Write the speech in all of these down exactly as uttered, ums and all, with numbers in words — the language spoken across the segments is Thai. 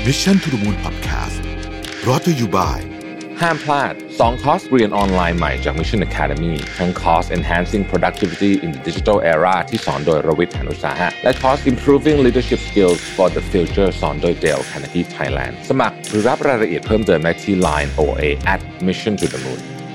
Mission to the Moon Podcast brought to you by ห้ามพลาดสองคอร์สเรียนออนไลน์ใหม่จาก Mission Academy ทั้งคอร์ส Enhancing Productivity in the Digital Era ที่สอนโดยรวิทย์ หาญอุตสาหะและคอร์ส Improving Leadership Skills for the Future สอนโดย Dale Carnegie Thailand สมัครหรือรับรายละเอียดเพิ่มเติมได้ที่ ไลน์ โอ เอ แอท Mission to the Moon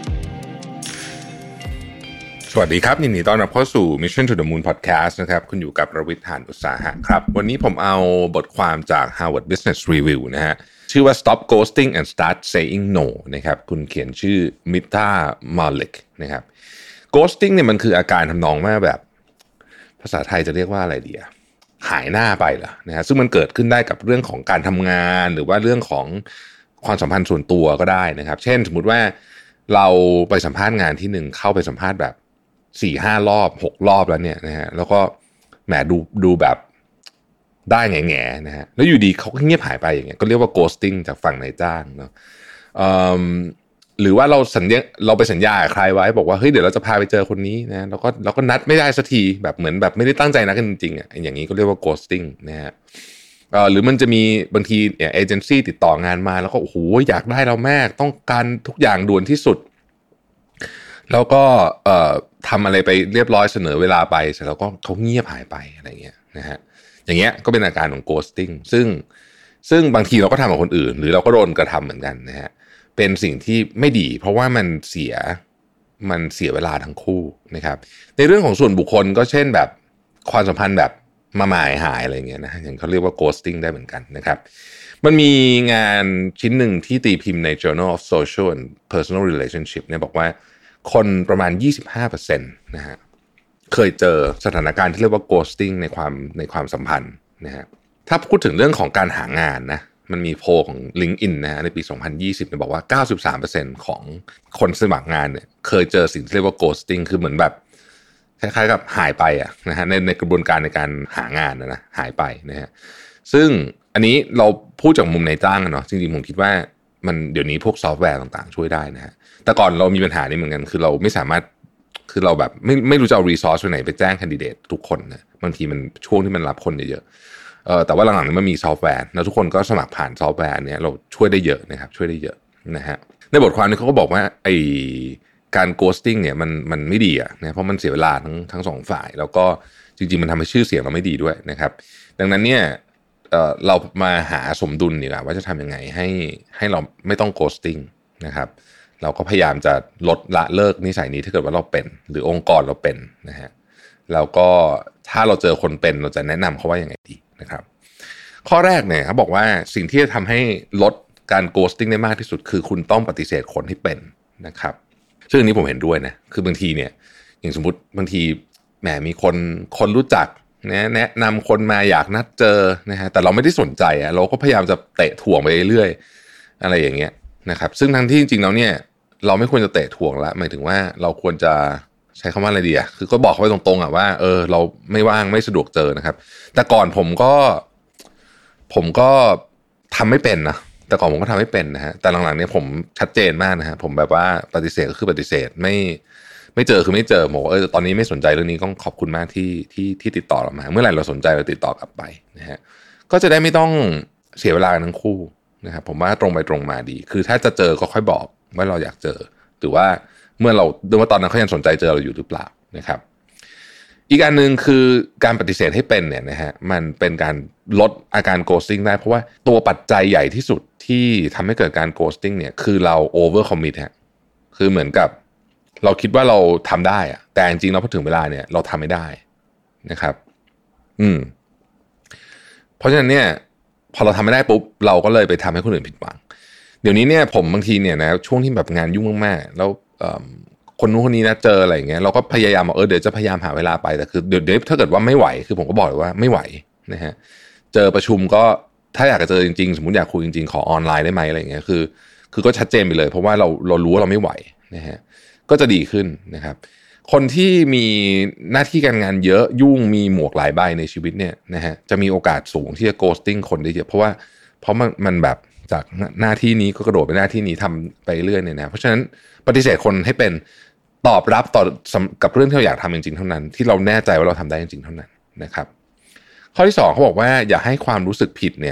สวัสดีครับยินดีต้อนรับเข้าสู่ Mission to the Moon Podcast นะครับคุณอยู่กับรวิทย์ หาญอุตสาหะครับวันนี้ผมเอาบทความจาก Harvard Business Review นะฮะชื่อว่า Stop Ghosting and Start Saying No นะครับคุณเขียนชื่อมิตามาลิกนะครับ Ghosting เนี่ยมันคืออาการทำนองว่าแบบภาษาไทยจะเรียกว่าอะไรดีอะหายหน้าไปเหรอนะฮะซึ่งมันเกิดขึ้นได้กับเรื่องของการทำงานหรือว่าเรื่องของความสัมพันธ์ส่วนตัวก็ได้นะครับเช่นสมมุติว่าเราไปสัมภาษณ์งานที่หนึ่งเข้าไปสัมภาษณ์แบบ สี่ห้ารอบหกรอบแล้วเนี่ยนะฮะแล้วก็แหมดูดูแบบได้แง่ๆนะฮะแล้วอยู่ดีเขาก็เงียบหายไปอย่างเงี้ยก็เรียกว่า ghosting จากฝั่งนายจ้างเนาะหรือว่าเราสัญญาเราไปสัญญากับใครไว้บอกว่าเฮ้ยเดี๋ยวเราจะพาไปเจอคนนี้นะแล้วก็เราก็นัดไม่ได้สักทีแบบเหมือนแบบไม่ได้ตั้งใจนัดกันจริงๆอ่ะอย่างนี้ก็เรียกว่า ghosting นะฮะหรือมันจะมีบางทีเนี่ยเอเจนซี่ติดต่องานมาแล้วก็โอ้โหอยากได้เรามากต้องการทุกอย่างด่วนที่สุดแล้วก็เอ่อทำอะไรไปเรียบร้อยเสนอเวลาไปเสร็จแล้วก็เขาเงียบหายไปอะไรเงี้ยนะฮะอย่างเงี้ยก็เป็นอาการของ ghosting ซึ่งซึ่งบางทีเราก็ทำกับคนอื่นหรือเราก็โดนกระทำเหมือนกันนะฮะเป็นสิ่งที่ไม่ดีเพราะว่ามันเสียมันเสียเวลาทั้งคู่นะครับในเรื่องของส่วนบุคคลก็เช่นแบบความสัมพันธ์แบบมาหมายหายอะไรเงี้ยนะอย่างเขาเรียกว่า ghosting ได้เหมือนกันนะครับมันมีงานชิ้นหนึ่งที่ตีพิมพ์ใน Journal of Social and Personal Relationship เนี่ยบอกว่าคนประมาณ ยี่สิบห้าเปอร์เซ็นต์ นะฮะเคยเจอสถานการณ์ที่เรียกว่า ghosting ในความในความสัมพันธ์นะฮะถ้าพูดถึงเรื่องของการหางานนะมันมีโพลของ LinkedIn นะฮะในปีสองพันยี่สิบเนี่ยบอกว่า เก้าสิบสามเปอร์เซ็นต์ ของคนสมัครงานเนี่ยเคยเจอสิ่งที่เรียกว่า ghosting คือเหมือนแบบคล้ายๆกับหายไปอ่ะนะฮะในในกระบวนการในการหางานนะนะหายไปนะฮะซึ่งอันนี้เราพูดจากมุมนายจ้างเนาะจริงๆผมคิดว่ามันเดี๋ยวนี้พวกซอฟต์แวร์ต่างๆช่วยได้นะฮะแต่ก่อนเรามีปัญหานี้เหมือนกันคือเราไม่สามารถคือเราแบบไม่ไม่รู้จะเอารีซอสไปไหนไปแจ้งแคนดิเดตทุกคนนะบางทีมันช่วงที่มันรับคนเยอะๆเออแต่ว่าหลังๆนี้มันมีซอฟต์แวร์แล้วทุกคนก็สมัครผ่านซอฟต์แวร์เนี้ยเราช่วยได้เยอะนะครับช่วยได้เยอะนะฮะในบทความนี้เขาก็บอกว่าไอการโกสติ้งเนี่ยมันมันไม่ดีอ่ะนะเพราะมันเสียเวลาทั้งทั้งสองฝ่ายแล้วก็จริงๆมันทำให้ชื่อเสียงเราไม่ดีด้วยนะครับดังนั้นเนี่ยเอ่อเรามาหาสมดุลดีกว่าว่าจะทำยังไงให้ให้เราไม่ต้องโกสติ้งนะครับเราก็พยายามจะลดละเลิกนิสัยนี้ถ้าเกิดว่าเราเป็นหรือองค์กรเราเป็นนะฮะแล้วก็ถ้าเราเจอคนเป็นเราจะแนะนำเขาว่ายังไงดีนะครับข้อแรกเนี่ยเขาบอกว่าสิ่งที่จะทำให้ลดการโกสติ้งได้มากที่สุดคือคุณต้องปฏิเสธคนที่เป็นนะครับซึ่งอันนี้ผมเห็นด้วยนะคือบางทีเนี่ยอย่างสมมติบางทีแหมมีคนคนรู้จักนะแนะนำคนมาอยากนัดเจอนะฮะแต่เราไม่ได้สนใจอ่ะเราก็พยายามจะเตะถ่วงไปเรื่อยๆอะไรอย่างเงี้ยนะครับซึ่งทั้งที่จริงๆแล้วเนี่ยเราไม่ควรจะเตะถ่วงละหมายถึงว่าเราควรจะใช้คำว่าอะไรดีอ่ะคือก็บอกเขาไปตรงๆอ่ะว่าเออเราไม่ว่างไม่สะดวกเจอนะครับแต่ก่อนผมก็ผมก็ทำไม่เป็นนะแต่ก่อนผมก็ทำไม่เป็นนะฮะแต่หลังๆเนี่ยผมชัดเจนมากนะฮะผมแบบว่าปฏิเสธก็คือปฏิเสธไม่ไม่เจอคือไม่เจอบอกว่าเออตอนนี้ไม่สนใจเรื่องนี้ต้องขอบคุณมากที่ที่ที่ติดต่อเรามาเมื่อไหร่เราสนใจเราติดต่อกลับไปนะฮะก็จะได้ไม่ต้องเสียเวลาทั้งคู่นะครับผมว่าตรงไปตรงมาดีคือถ้าจะเจอก็ค่อยบอกว่าเราอยากเจอหรือว่าเมื่อเราดูว่าตอนนั้นเขายังสนใจเจอเราอยู่หรือเปล่านะครับอีกอันนึงคือการปฏิเสธให้เป็นเนี่ยนะฮะมันเป็นการลดอาการโกสติ้งได้เพราะว่าตัวปัจจัยใหญ่ที่สุดที่ทำให้เกิดการโกสติ้งเนี่ยคือเราโอเวอร์คอมมิตฮะคือเหมือนกับเราคิดว่าเราทำได้อะแต่จริงๆเราพอถึงเวลาเนี่ยเราทำไม่ได้นะครับอืมเพราะฉะนั้นเนี่ยพอเราทำไม่ได้ปุ๊บเราก็เลยไปทำให้คนอื่นผิดหวังเดี๋ยวนี้เนี่ยผมบางทีเนี่ยนะช่วงที่แบบงานยุ่งมากๆแล้วคนนู้นคนนี้นะเจออะไรอย่างเงี้ยเราก็พยายามบอกเออเดี๋ยวจะพยายามหาเวลาไปแต่คือเดี๋ยวเดี๋ยวถ้าเกิดว่าไม่ไหวคือผมก็บอกเลยว่าไม่ไหวนะฮะเจอประชุมก็ถ้าอยากจะเจอจริงๆสมมติอยากคุยจริงๆขอออนไลน์ได้ไหมอะไรอย่างเงี้ยคือคือก็ชัดเจนไปเลยเพราะว่าเราเรารู้ว่าเราไม่ไหวนะฮะก็จะดีขึ้นนะครับคนที่มีหน้าที่การงานเยอะยุ่งมีหมวกหลายใบในชีวิตเนี่ยนะฮะจะมีโอกาสสูงที่จะโกสติ้งคนได้เยอะเพราะว่าเพราะมันมันแบบจากหน้าที่นี้ก็กระโดดไปหน้าที่นี้ทำไปเรื่อยเนี่ยนะเพราะฉะนั้นปฏิเสธคนให้เป็นตอบรับต่อกับเรื่องที่เราอยากทำจริงๆเท่านั้นที่เราแน่ใจว่าเราทำได้จริงๆเท่านั้นนะครับข้อที่สองเขาบอกว่าอย่าให้ความรู้สึกผิดเนี่ย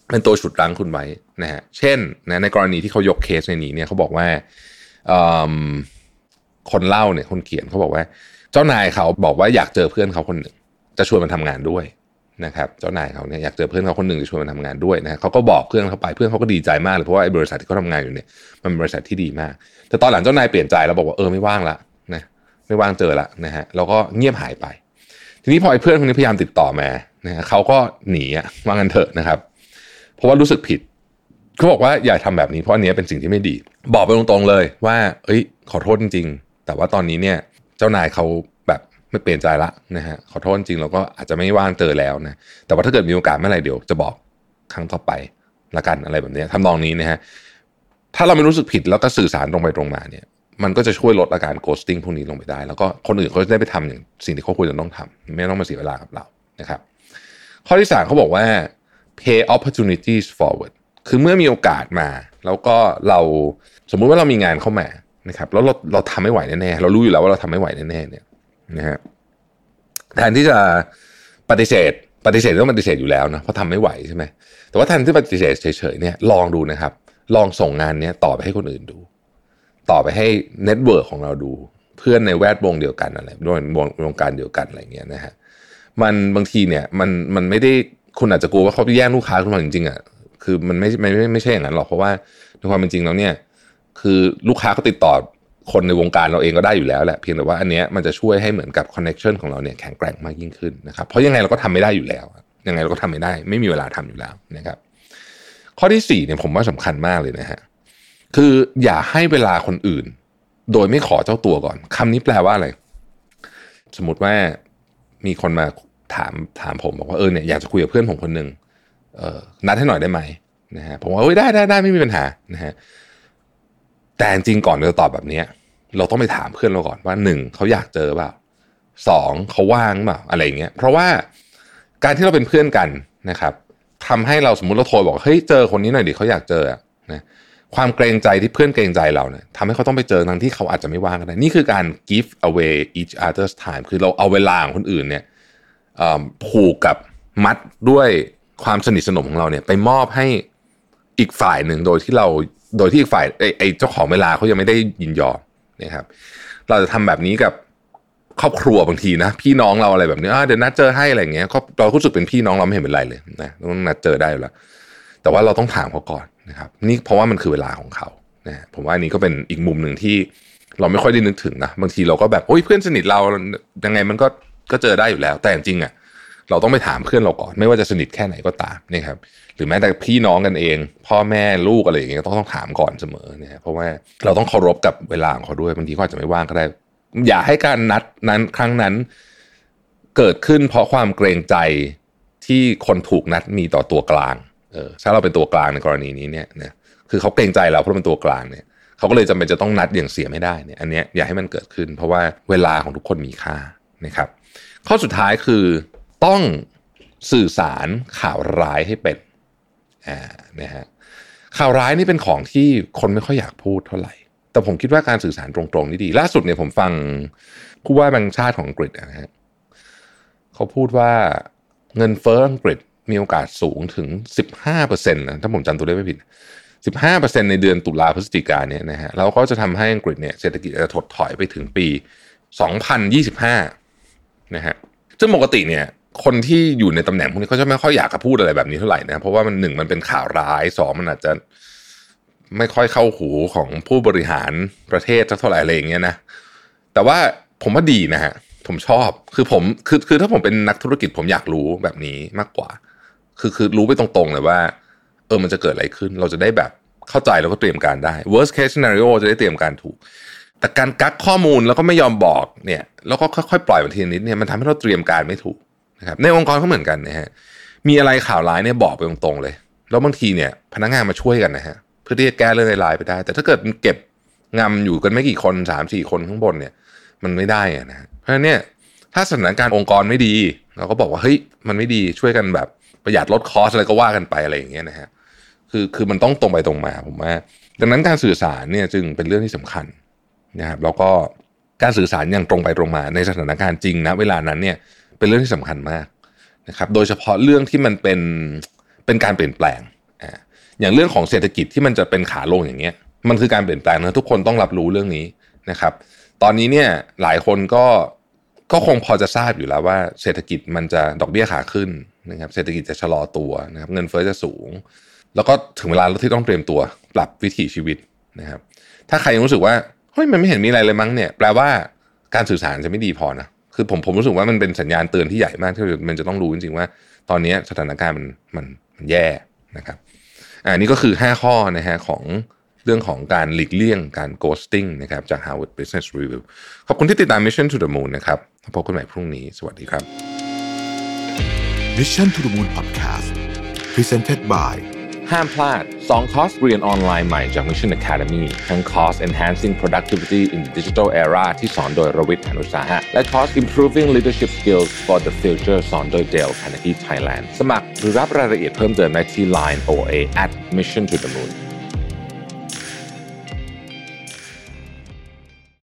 เป็นตัวฉุดรั้งคุณไว้นะฮะเช่นนะในกรณีที่เขายกเคสในนี้เนี่ยเขาบอกว่าคนเล่าเนี่ยคนเขียนเขาบอกว่าเจ้านายเขาบอกว่าอยากเจอเพื่อนเขาคนหนึ่งจะชวนมันทำงานด้วยนะครับเจ้านายเขาเนี่ยอยากเจอเพื่อนเขาคนหนึ่งจะชวนมันทำงานด้วยนะเขาก็บอกเพื่อนเขาไปเพื่อนเขาก็ดีใจมากเลยเพราะว่าไอ้บริษัทที่เขาทำงานอยู่เนี่ยมันเป็นบริษัทที่ดีมากแต่ตอนหลังเจ้านายเปลี่ยนใจแล้วบอกว่าเออไม่ว่างละนะไม่ว่างเจอละนะฮะแล้วก็เงียบหายไปทีนี้พอไอ้เพื่อนคนนี้พยายามติดต่อมานะฮะเขาก็หนีอ่ะว่างั้นเถอะนะครับเพราะว่ารู้สึกผิดเขาบอกว่าอย่าทำแบบนี้เพราะอันนี้เป็นสิ่งที่ไม่ดีบอกไปตรงๆเลยว่าเอ้ยขอโทษจริงๆแต่ว่าตอนนี้เนี่ยเจ้านายเขาแบบไม่เปลี่ยนใจละนะฮะขอโทษจริงเราก็อาจจะไม่ว่างเจอแล้วนะแต่ว่าถ้าเกิดมีโอกาสเมื่อไหร่เดี๋ยวจะบอกครั้งต่อไปละกันอะไรแบบนี้ทำนองนี้นะฮะถ้าเราไม่รู้สึกผิดแล้วก็สื่อสารตรงไปตรงมาเนี่ยมันก็จะช่วยลดอาการ ghosting พวกนี้ลงไปได้แล้วก็คนอื่นเขาจะได้ไปทำอย่างสิ่งที่เขาควรจะต้องทำไม่ต้องมาเสียเวลากับเรานะครับข้อที่สามเขาบอกว่า pay opportunities forward คือเมื่อมีโอกาสมาแล้วก็เราสมมุติว่าเรามีงานเข้ามานะครับแล้วเราเราทำไม่ไหวแน่ๆเรารู้อยู่แล้วว่าเราทำไม่ไหวแน่ๆเนี่ยนะฮะแทนที่จะปฏิเสธปฏิเสธต้องปฏิเสธอยู่แล้วนะเพราะทำไม่ไหวใช่ไหมแต่ว่าแทนที่ปฏิเสธเฉยๆเนี่ยลองดูนะครับลองส่งงานนี้ต่อไปให้คนอื่นดูต่อไปให้เน็ตเวิร์กของเราดูเพื่อนในแวดวงเดียวกันอะไรด้วยวงการเดียวกันอะไรเงี้ยนะฮะมันบางทีเนี่ยมันมันไม่ได้คุณอาจจะกลัวว่าเขาจะแย่งลูกค้าคุณมาจริงๆอ่ะคือมันไม่ไม่ไม่ไม่ใช่อย่างนั้นหรอกเพราะว่าในความเป็นจริงแล้วเนี่ยคือลูกค้าเขาติดต่อคนในวงการเราเองก็ได้อยู่แล้วแหละเพียงแต่ว่าอันเนี้ยมันจะช่วยให้เหมือนกับคอนเนคชั่นของเราเนี่ยแข็งแกร่งมากยิ่งขึ้นนะครับเพราะยังไงเราก็ทำไม่ได้อยู่แล้วยังไงเราก็ทำไม่ได้ไม่มีเวลาทำอยู่แล้วนะครับข้อที่สี่เนี่ยผมว่าสำคัญมากเลยนะฮะคืออย่าให้เวลาคนอื่นโดยไม่ขอเจ้าตัวก่อนคำนี้แปลว่าอะไรสมมติว่ามีคนมาถามถามผมบอกว่าเออเนี่ยอยากจะคุยกับเพื่อนผมคนหนึ่งเออนัดให้หน่อยได้ไหมนะฮะผมว่าเฮ้ยได้ได้ได้ไม่มีปัญหานะฮะแต่จริงก่อนจะตอบแบบนี้เราต้องไปถามเพื่อนเราก่อนว่าหนึ่งเขาอยากเจอเปล่าสองเขาว่างเปล่าอะไรอย่างเงี้ยเพราะว่าการที่เราเป็นเพื่อนกันนะครับทำให้เราสมมุติเราโทรบอกเฮ้ยเจอคนนี้หน่อยดิเขาอยากเจอนะความเกรงใจที่เพื่อนเกรงใจเราเนี่ยทำให้เขาต้องไปเจอทั้งที่เขาอาจจะไม่ว่างก็ได้นี่คือการ give away each other's time คือเราเอาเวลาของคนอื่นเนี่ยผูกกับมัดด้วยความสนิทสนมของเราเนี่ยไปมอบให้อีกฝ่ายหนึ่งโดยที่เราโดยที่อีกฝ่ายไอ้ไอ้เจ้าของเวลาเขายังไม่ได้ยินยอมนะครับเราจะทำแบบนี้กับครอบครัวบางทีนะพี่น้องเราอะไรแบบนี้เดี๋ยวนัดเจอให้อะไรอย่างเงี้ยเรารู้สึกเป็นพี่น้องเราไม่เห็นเป็นไรเลยนะต้องนัดเจอได้อยู่แล้วแต่ว่าเราต้องถามเขาก่อนนะครับนี่เพราะว่ามันคือเวลาของเขานะผมว่าอันนี้ก็เป็นอีกมุมหนึ่งที่เราไม่ค่อยได้นึกถึงนะบางทีเราก็แบบโอ้ยเพื่อนสนิทเรายังไงมันก็ก็เจอได้อยู่แล้วแต่จริงๆอ่ะเราต้องไปถามเพื่อนเราก่อนไม่ว่าจะสนิทแค่ไหนก็ตามนะครับหรือแม้แต่พี่น้องกันเองพ่อแม่ลูกอะไรอย่างเงี้ยต้องต้องถามก่อนเสมอเนี่ยเพราะว่าเราต้องเคารพกับเวลาของเขาด้วยบางทีเขาอาจจะไม่ว่างก็ได้อย่าให้การนัดนั้นครั้งนั้นเกิดขึ้นเพราะความเกรงใจที่คนถูกนัดมีต่อตัวกลางเออถ้าเราเป็นตัวกลางในกรณีนี้เนี่ยนะคือเขาเกรงใจเราเพราะเป็นตัวกลางเนี่ยเขาก็เลยจำเป็นจะต้องนัดอย่างเสียไม่ได้เนี่ยอันเนี้ยอย่าให้มันเกิดขึ้นเพราะว่าเวลาของทุกคนมีค่านะครับข้อสุดท้ายคือต้องสื่อสารข่าวร้ายให้เป็นอ่านะฮะข่าวร้ายนี่เป็นของที่คนไม่ค่อยอยากพูดเท่าไหร่แต่ผมคิดว่าการสื่อสารตรงๆนี่ดีล่าสุดเนี่ยผมฟังผู้ว่าแบงก์ชาติของอังกฤษนะฮะเขาพูดว่าเงินเฟ้ออังกฤษมีโอกาสสูงถึง สิบห้าเปอร์เซ็นต์ นะถ้าผมจำตัวเลขไม่ผิด สิบห้าเปอร์เซ็นต์ ในเดือนตุลาพฤศจิกายนเนี่ยนะฮะแล้วก็จะทำให้อังกฤษเนี่ยเศรษฐกิจจะถดถอยไปถึงปีสองพันยี่สิบห้านะฮะซึ่งปกติเนี่ยคนที่อยู่ในตำแหน่งพวกนี้เขาจะไม่ค่อยอยากจะพูดอะไรแบบนี้เท่าไหร่นะเพราะว่ามันหนึ่งมันเป็นข่าวร้ายสองมันอาจจะไม่ค่อยเข้าหูของผู้บริหารประเทศสักเท่าไหร่อะไรอย่างเงี้ยนะแต่ว่าผมว่าดีนะฮะผมชอบคือผมคือคือถ้าผมเป็นนักธุรกิจผมอยากรู้แบบนี้มากกว่าคือคือรู้ไปตรงๆเลยว่าเออมันจะเกิดอะไรขึ้นเราจะได้แบบเข้าใจแล้วก็เตรียมการได้ worst case scenario จะได้เตรียมการถูกแต่การกักข้อมูลแล้วก็ไม่ยอมบอกเนี่ยแล้วก็ค่อยๆปล่อยมันทีนิดเนี่ยมันทำให้เราเตรียมการไม่ถูกนะครับในองค์กรก็เหมือนกันนะฮะมีอะไรข่าวร้ายเนี่ยบอกไปตรงๆเลยแล้วบางทีเนี่ยพนักงานมาช่วยกันนะฮะเพื่อที่จะแก้เรื่องร้ายๆไปได้แต่ถ้าเกิดมันเก็บงำอยู่กันไม่กี่คน สามสี่ คนข้างบนเนี่ยมันไม่ได้อะนะฮะเพราะฉะนั้นเนี่ยถ้าสถานการณ์องค์กรไม่ดีเราก็บอกว่าเฮ้ยมันไม่ดีช่วยกันแบบประหยัดลดคอสอะไรก็ว่ากันไปอะไรอย่างเงี้ยนะฮะคือคือมันต้องตรงไปตรงมาผมว่าดังนั้นการสื่อสารเนี่ยจึงเป็นเรื่องที่สำคัญนะครับแล้วก็การสื่อสารอย่างตรงไปตรงมาในสถานการณ์จริงนะเวลานั้นเนี่ยเป็นเรื่องที่สำคัญมากนะครับโดยเฉพาะเรื่องที่มันเป็นเป็นการเปลี่ยนแปลงอย่างเรื่องของเศรษฐกิจที่มันจะเป็นขาลงอย่างเงี้ยมันคือการเปลี่ยนแปลงนะทุกคนต้องรับรู้เรื่องนี้นะครับตอนนี้เนี่ยหลายคนก็ก็คงพอจะทราบอยู่แล้วว่าเศรษฐกิจมันจะดอกเบี้ยขาขึ้นนะครับเศรษฐกิจจะชะลอตัวนะครับเงินเฟ้อจะสูงแล้วก็ถึงเวลาที่ต้องเตรียมตัวปรับวิถีชีวิตนะครับถ้าใครยังรู้สึกว่าเฮ้ยมันไม่เห็นมีอะไรเลยมั้งเนี่ยแปลว่าการสื่อสารจะไม่ดีพอนะคือผมผมรู้สึกว่ามันเป็นสัญญาณเตือนที่ใหญ่มากที่มันจะต้องรู้จริงๆว่าตอนนี้สถานการณ์มันมันมันแย่นะครับอันนี้ก็คือห้าข้อนะฮะของเรื่องของการหลีกเลี่ยงการ ghosting นะครับจาก Harvard Business Review ขอบคุณที่ติดตาม Mission to the Moon นะครับพบกันใหม่พรุ่งนี้สวัสดีครับ Mission to the Moon Podcast Presented by ห้ามพลาดสองคอร์สเรียนออนไลน์ใหม่จาก Mission Academy ทั้งคอร์ส Enhancing Productivity in the Digital Era ที่สอนโดยรวิทย์ หาญอุตสาหะและคอร์ส Improving Leadership Skills for the Future สอนโดย Dale Carnegie Thailand สมัครหรือรับรายละเอียดเพิ่มเติมได้ที่ ไลน์ โอ เอ at mission to the moon